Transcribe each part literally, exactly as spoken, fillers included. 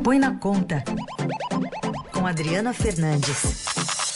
Põe na Conta, com Adriana Fernandes.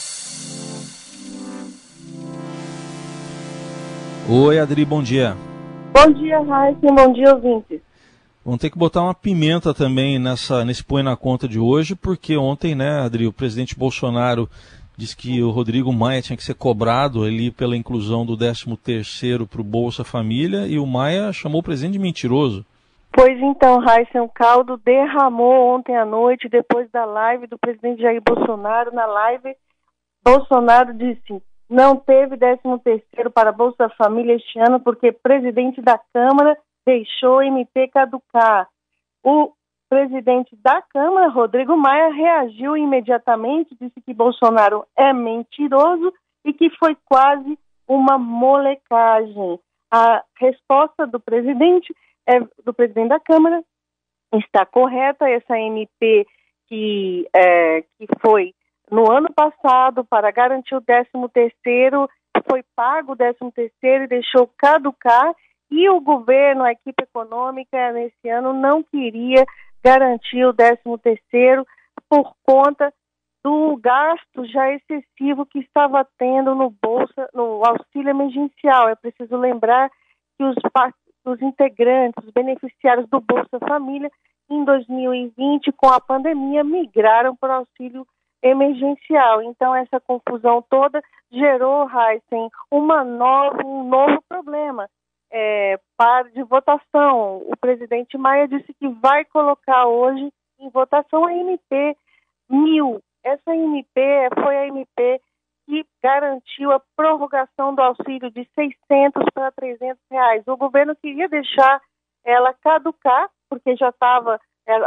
Oi, Adri, bom dia. Bom dia, Raíssa, bom dia, ouvintes. Vamos ter que botar uma pimenta também nessa, nesse Põe na Conta de hoje, porque ontem, né, Adri, o presidente Bolsonaro disse que o Rodrigo Maia tinha que ser cobrado ali pela inclusão do décimo terceiro para o Bolsa Família, e o Maia chamou o presidente de mentiroso. Pois então, Raíssa, um caldo derramou ontem à noite, depois da live do presidente Jair Bolsonaro. Na live, Bolsonaro disse: não teve décimo terceiro para Bolsa Família este ano porque o presidente da Câmara deixou o M P caducar. O presidente da Câmara, Rodrigo Maia, reagiu imediatamente, disse que Bolsonaro é mentiroso e que foi quase uma molecagem. A resposta do presidente, é, do presidente da Câmara está correta. Essa M P que, é, que foi no ano passado para garantir o décimo terceiro, foi pago o décimo terceiro e deixou caducar, e o governo, a equipe econômica nesse ano não queria garantir o décimo terceiro por conta do gasto já excessivo que estava tendo no bolsa, no auxílio emergencial. É preciso lembrar que os, os integrantes, os beneficiários do Bolsa Família, em dois mil e vinte, com a pandemia, migraram para o auxílio emergencial. Então, essa confusão toda gerou, Heisen, uma nova, um novo problema é, para, de votação. O presidente Maia disse que vai colocar hoje em votação a M P mil. Essa M P foi a M P que garantiu a prorrogação do auxílio de seiscentos para trezentos reais. O governo queria deixar ela caducar, porque já estava,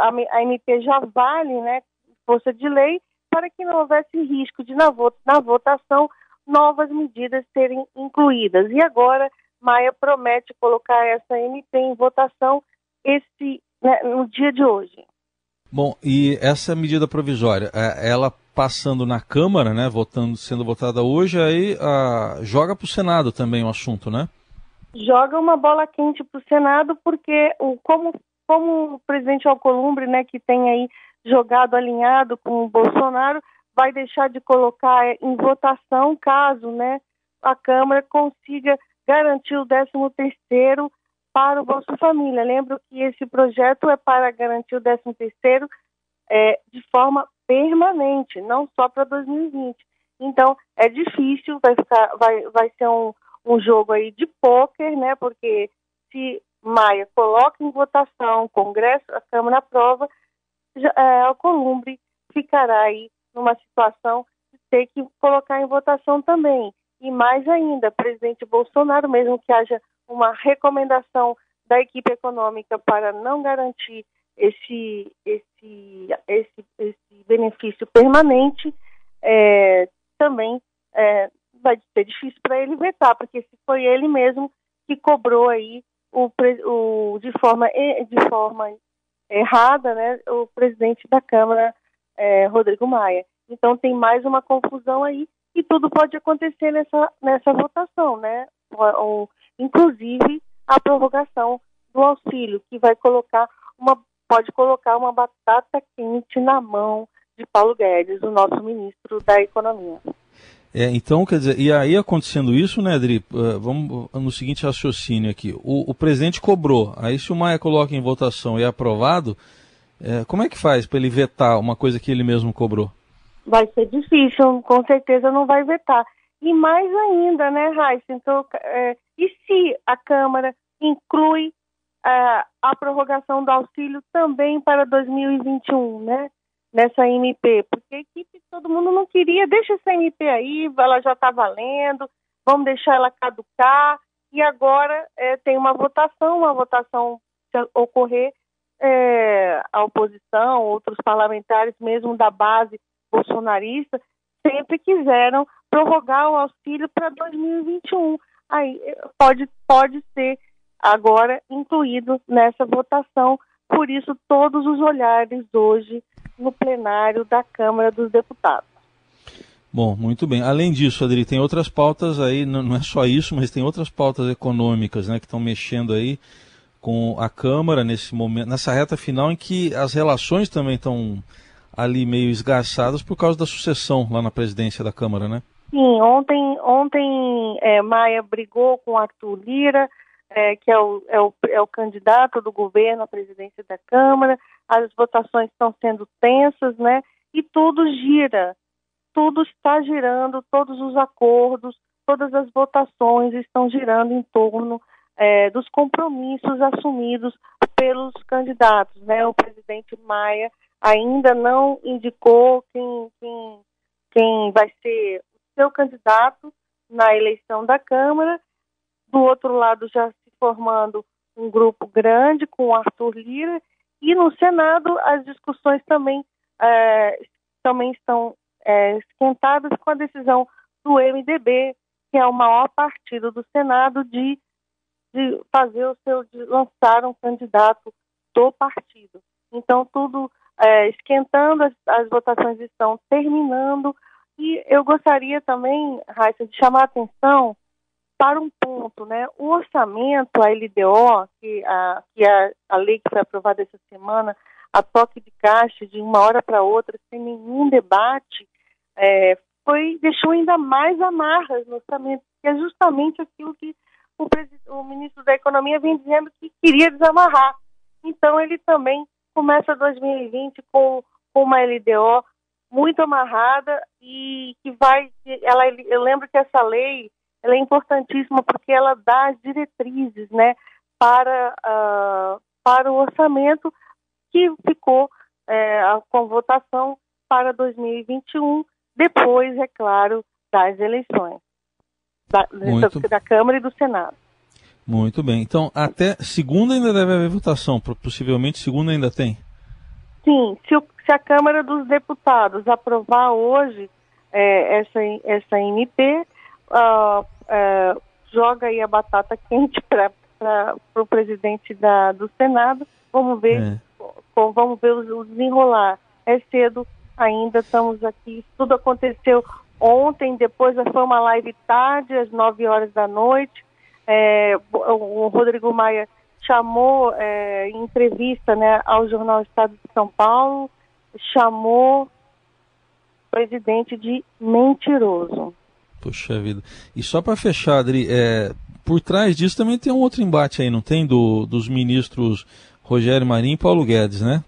a M P já vale, né, força de lei, para que não houvesse risco de, na, vot, na votação, novas medidas serem incluídas. E agora, Maia promete colocar essa M P em votação esse, né, no dia de hoje. Bom, e essa medida provisória, ela passando na Câmara, né, votando, sendo votada hoje, aí a, joga para o Senado também o assunto, né? Joga uma bola quente para o Senado, porque o, como, como o presidente Alcolumbre, né, que tem aí jogado alinhado com o Bolsonaro, vai deixar de colocar em votação caso, né, a Câmara consiga garantir o décimo terceiro para o Bolsa Família. Lembro que esse projeto é para garantir o décimo terceiro é, de forma permanente, não só para dois mil e vinte. Então, é difícil, vai, ficar, vai, vai ser um, um jogo aí de pôquer, né, porque se Maia coloca em votação, o Congresso, a Câmara aprova, É, Alcolumbre ficará aí numa situação de ter que colocar em votação também. E mais ainda, presidente Bolsonaro, mesmo que haja uma recomendação da equipe econômica para não garantir esse, esse, esse, esse benefício permanente, é, também é, vai ser difícil para ele vetar, porque se foi ele mesmo que cobrou aí o, o, de forma, de forma errada, né, o presidente da Câmara, é, Rodrigo Maia. Então tem mais uma confusão aí e tudo pode acontecer nessa, nessa votação, né? Ou, inclusive a prorrogação do auxílio, que vai colocar uma, pode colocar uma batata quente na mão de Paulo Guedes, o nosso ministro da Economia. É, então, quer dizer, e aí acontecendo isso, né, Adri, uh, vamos no seguinte raciocínio aqui, o, o presidente cobrou, aí se o Maia coloca em votação e é aprovado, é, como é que faz para ele vetar uma coisa que ele mesmo cobrou? Vai ser difícil, com certeza não vai vetar. E mais ainda, né, Raíssa, então, é, e se a Câmara inclui é, a prorrogação do auxílio também para dois mil e vinte e um, né? Nessa M P, porque a equipe, todo mundo não queria, deixa essa M P aí, ela já está valendo, vamos deixar ela caducar, e agora é, tem uma votação, uma votação se ocorrer, é, a oposição, outros parlamentares mesmo da base bolsonarista, sempre quiseram prorrogar o auxílio para dois mil e vinte e um, aí pode, pode ser agora incluído nessa votação, por isso todos os olhares hoje no plenário da Câmara dos Deputados. Bom, muito bem. Além disso, Adri, tem outras pautas aí, não é só isso, mas tem outras pautas econômicas, né, que estão mexendo aí com a Câmara nesse momento, nessa reta final em que as relações também estão ali meio esgarçadas por causa da sucessão lá na presidência da Câmara, né? Sim, ontem, ontem é, Maia brigou com Arthur Lira, é, que é o, é, o, é o candidato do governo à presidência da Câmara. As votações estão sendo tensas, né? E tudo gira, tudo está girando, todos os acordos, todas as votações estão girando em torno é, dos compromissos assumidos pelos candidatos, né? O presidente Maia ainda não indicou quem, quem, quem vai ser o seu candidato na eleição da Câmara. Do outro lado, já se formando um grupo grande com o Arthur Lira. E no Senado, as discussões também, é, também estão é, esquentadas com a decisão do M D B, que é o maior partido do Senado, de, de fazer o seu, de lançar um candidato do partido. Então, tudo é, esquentando, as, as votações estão terminando. E eu gostaria também, Raíssa, de chamar a atenção para um ponto, né? O orçamento, a L D O, que, a, que a, a lei que foi aprovada essa semana, a toque de caixa de uma hora para outra, sem nenhum debate, é, foi, deixou ainda mais amarras no orçamento, que é justamente aquilo que o, o ministro da Economia vem dizendo que queria desamarrar. Então, ele também começa dois mil e vinte com, com uma L D O muito amarrada e que vai... Ela, eu lembro que essa lei ela é importantíssima porque ela dá as diretrizes, né, para, uh, para o orçamento que ficou é, com votação para dois mil e vinte e um, depois, é claro, das eleições da, da, da Câmara e do Senado. Muito bem. Então, até segunda ainda deve haver votação, possivelmente segunda ainda tem? Sim, se, o, se a Câmara dos Deputados aprovar hoje é, essa, essa M P, uh, uh, joga aí a batata quente para o presidente da, do Senado. Vamos ver, é. com, vamos ver o, o desenrolar. É cedo ainda, estamos aqui, tudo aconteceu ontem, depois foi uma live tarde, às nove horas da noite. É, o Rodrigo Maia chamou é, em entrevista, né, ao jornal Estado de São Paulo, chamou o presidente de mentiroso. Puxa vida. E só para fechar, Adri, é, por trás disso também tem um outro embate aí, não tem? Do, dos ministros Rogério Marinho e Paulo Guedes, né?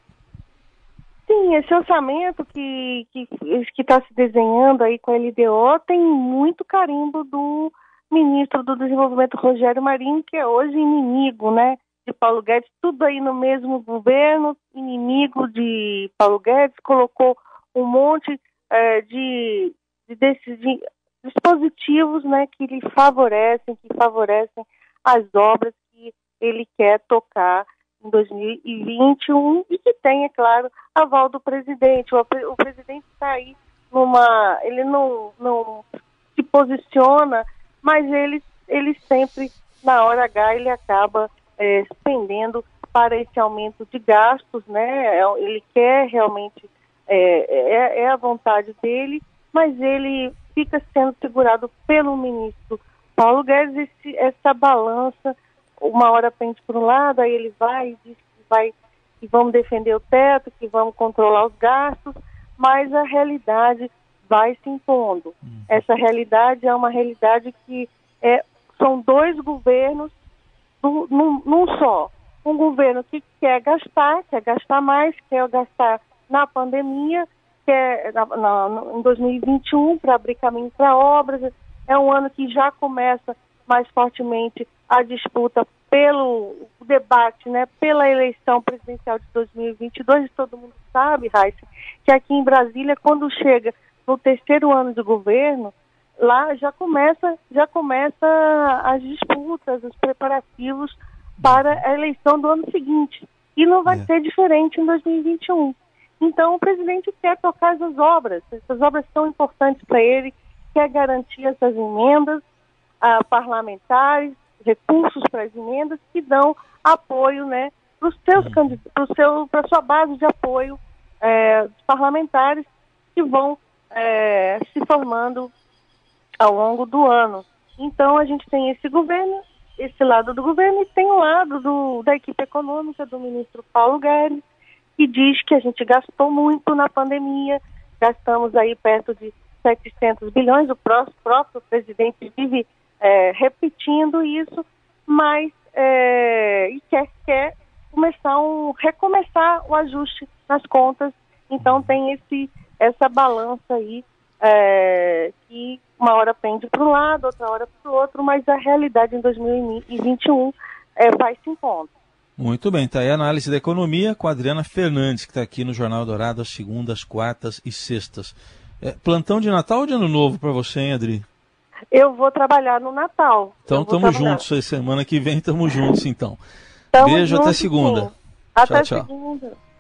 Sim, esse orçamento que que que está se desenhando aí com a L D O tem muito carimbo do ministro do Desenvolvimento Rogério Marinho, que é hoje inimigo, né, de Paulo Guedes, tudo aí no mesmo governo, inimigo de Paulo Guedes, colocou um monte é, de, de, desses, de dispositivos, né, que lhe favorecem, que favorecem as obras que ele quer tocar em dois mil e vinte e um e que tem, é claro, aval do presidente. O, o presidente está aí numa... ele não, não se posiciona, mas ele, ele sempre, na hora H, ele acaba é, pendendo para esse aumento de gastos, né? Ele quer realmente, é, é, é a vontade dele, mas ele fica sendo segurado pelo ministro Paulo Guedes, esse, essa balança, uma hora pende por um lado, aí ele vai e diz que vai, que vamos defender o teto, que vamos controlar os gastos, mas a realidade vai se impondo. Essa realidade é uma realidade que é, são dois governos do, num, num só. Um governo que quer gastar, quer gastar mais, quer gastar na pandemia, quer na, na, em dois mil e vinte e um para abrir caminho para obras. É um ano que já começa mais fortemente a disputa pelo o debate, né, pela eleição presidencial de dois mil e vinte e dois. Todo mundo sabe, Raíssa, que aqui em Brasília, quando chega no terceiro ano de governo, lá já começa, já começa as disputas, os preparativos para a eleição do ano seguinte. E não vai é. ser diferente em dois mil e vinte e um. Então, o presidente quer tocar essas obras. Essas obras são importantes para ele, quer garantir essas emendas ah, parlamentares, recursos para as emendas que dão apoio, né, para os seus candidatos, para seu, para sua base de apoio é, parlamentares que vão É, se formando ao longo do ano. Então a gente tem esse governo esse lado do governo e tem o lado do, da equipe econômica do ministro Paulo Guedes, que diz que a gente gastou muito na pandemia, gastamos aí perto de setecentos bilhões, o próprio, próprio presidente vive é, repetindo isso, mas é, e quer, quer começar um, recomeçar o ajuste nas contas, então tem esse, essa balança aí, é, que uma hora pende para um lado, outra hora para o outro, mas a realidade em dois mil e vinte e um é, vai se encontrar. Muito bem, está aí a análise da economia com a Adriana Fernandes, que está aqui no Jornal Dourado às segundas, quartas e sextas. É, plantão de Natal ou de Ano Novo para você, hein, Adri? Eu vou trabalhar no Natal. Então estamos juntos, aí semana que vem estamos juntos, então. Tamo Beijo, junto, até segunda. Sim. Até tchau, tchau. segunda.